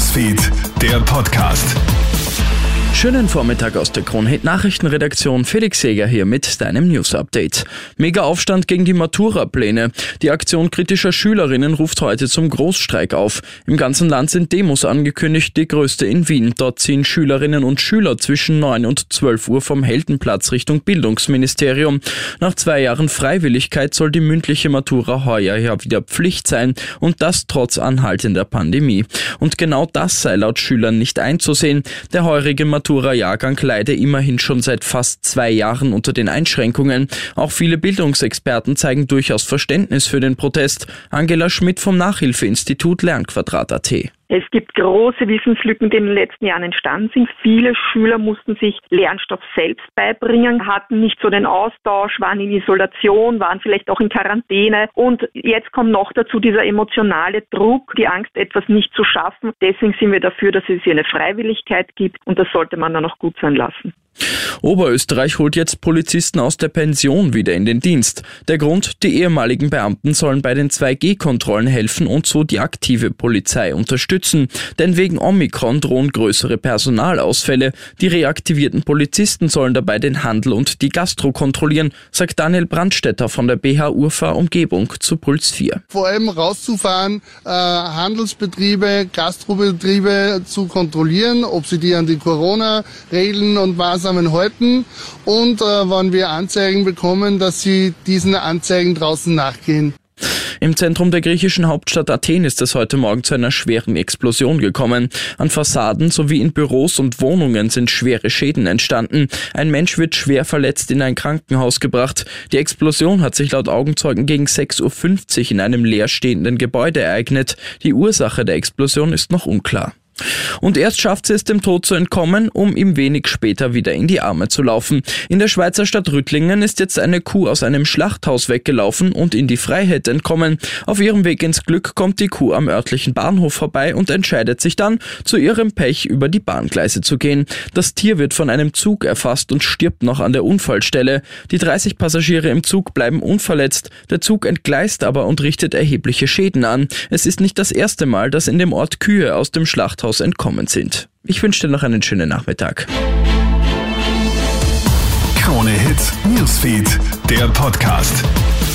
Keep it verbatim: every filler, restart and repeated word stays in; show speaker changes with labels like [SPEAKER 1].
[SPEAKER 1] Newsfeed, der Podcast.
[SPEAKER 2] Schönen Vormittag aus der Kronhit-Nachrichtenredaktion. Felix Seeger hier mit deinem News-Update. Mega-Aufstand gegen die Matura-Pläne. Die Aktion kritischer Schülerinnen ruft heute zum Großstreik auf. Im ganzen Land sind Demos angekündigt, die größte in Wien. Dort ziehen Schülerinnen und Schüler zwischen neun und zwölf Uhr vom Heldenplatz Richtung Bildungsministerium. Nach zwei Jahren Freiwilligkeit soll die mündliche Matura heuer ja wieder Pflicht sein und das trotz anhaltender Pandemie. Und genau das sei laut Schülern nicht einzusehen. Der heurige Matura-Jahrgang leide immerhin schon seit fast zwei Jahren unter den Einschränkungen. Auch viele Bildungsexperten zeigen durchaus Verständnis für den Protest. Angela Schmidt vom Nachhilfeinstitut Lernquadrat Punkt a t.
[SPEAKER 3] Es gibt große Wissenslücken, die in den letzten Jahren entstanden sind. Viele Schüler mussten sich Lernstoff selbst beibringen, hatten nicht so den Austausch, waren in Isolation, waren vielleicht auch in Quarantäne. Und jetzt kommt noch dazu dieser emotionale Druck, die Angst, etwas nicht zu schaffen. Deswegen sind wir dafür, dass es hier eine Freiwilligkeit gibt und das sollte man dann auch gut sein lassen.
[SPEAKER 2] Oberösterreich holt jetzt Polizisten aus der Pension wieder in den Dienst. Der Grund, die ehemaligen Beamten sollen bei den zwei G Kontrollen helfen und so die aktive Polizei unterstützen. Denn wegen Omikron drohen größere Personalausfälle. Die reaktivierten Polizisten sollen dabei den Handel und die Gastro kontrollieren, sagt Daniel Brandstetter von der B H Urfahr Umgebung zu Puls vier.
[SPEAKER 4] Vor allem rauszufahren, äh, Handelsbetriebe, Gastrobetriebe zu kontrollieren, ob sie die an die Corona-Regeln und Maßnahmen halten und äh, wenn wir Anzeigen bekommen, dass sie diesen Anzeigen draußen nachgehen.
[SPEAKER 2] Im Zentrum der griechischen Hauptstadt Athen ist es heute Morgen zu einer schweren Explosion gekommen. An Fassaden sowie in Büros und Wohnungen sind schwere Schäden entstanden. Ein Mensch wird schwer verletzt in ein Krankenhaus gebracht. Die Explosion hat sich laut Augenzeugen gegen sechs Uhr fünfzig in einem leerstehenden Gebäude ereignet. Die Ursache der Explosion ist noch unklar. Und erst schafft sie es dem Tod zu entkommen, um ihm wenig später wieder in die Arme zu laufen. In der Schweizer Stadt Rüttlingen ist jetzt eine Kuh aus einem Schlachthaus weggelaufen und in die Freiheit entkommen. Auf ihrem Weg ins Glück kommt die Kuh am örtlichen Bahnhof vorbei und entscheidet sich dann, zu ihrem Pech über die Bahngleise zu gehen. Das Tier wird von einem Zug erfasst und stirbt noch an der Unfallstelle. Die dreißig Passagiere im Zug bleiben unverletzt. Der Zug entgleist aber und richtet erhebliche Schäden an. Es ist nicht das erste Mal, dass in dem Ort Kühe aus dem Schlachthaus entkommen sind. Ich wünsche dir noch einen schönen Nachmittag.
[SPEAKER 1] Krone Hit Newsfeed, der Podcast.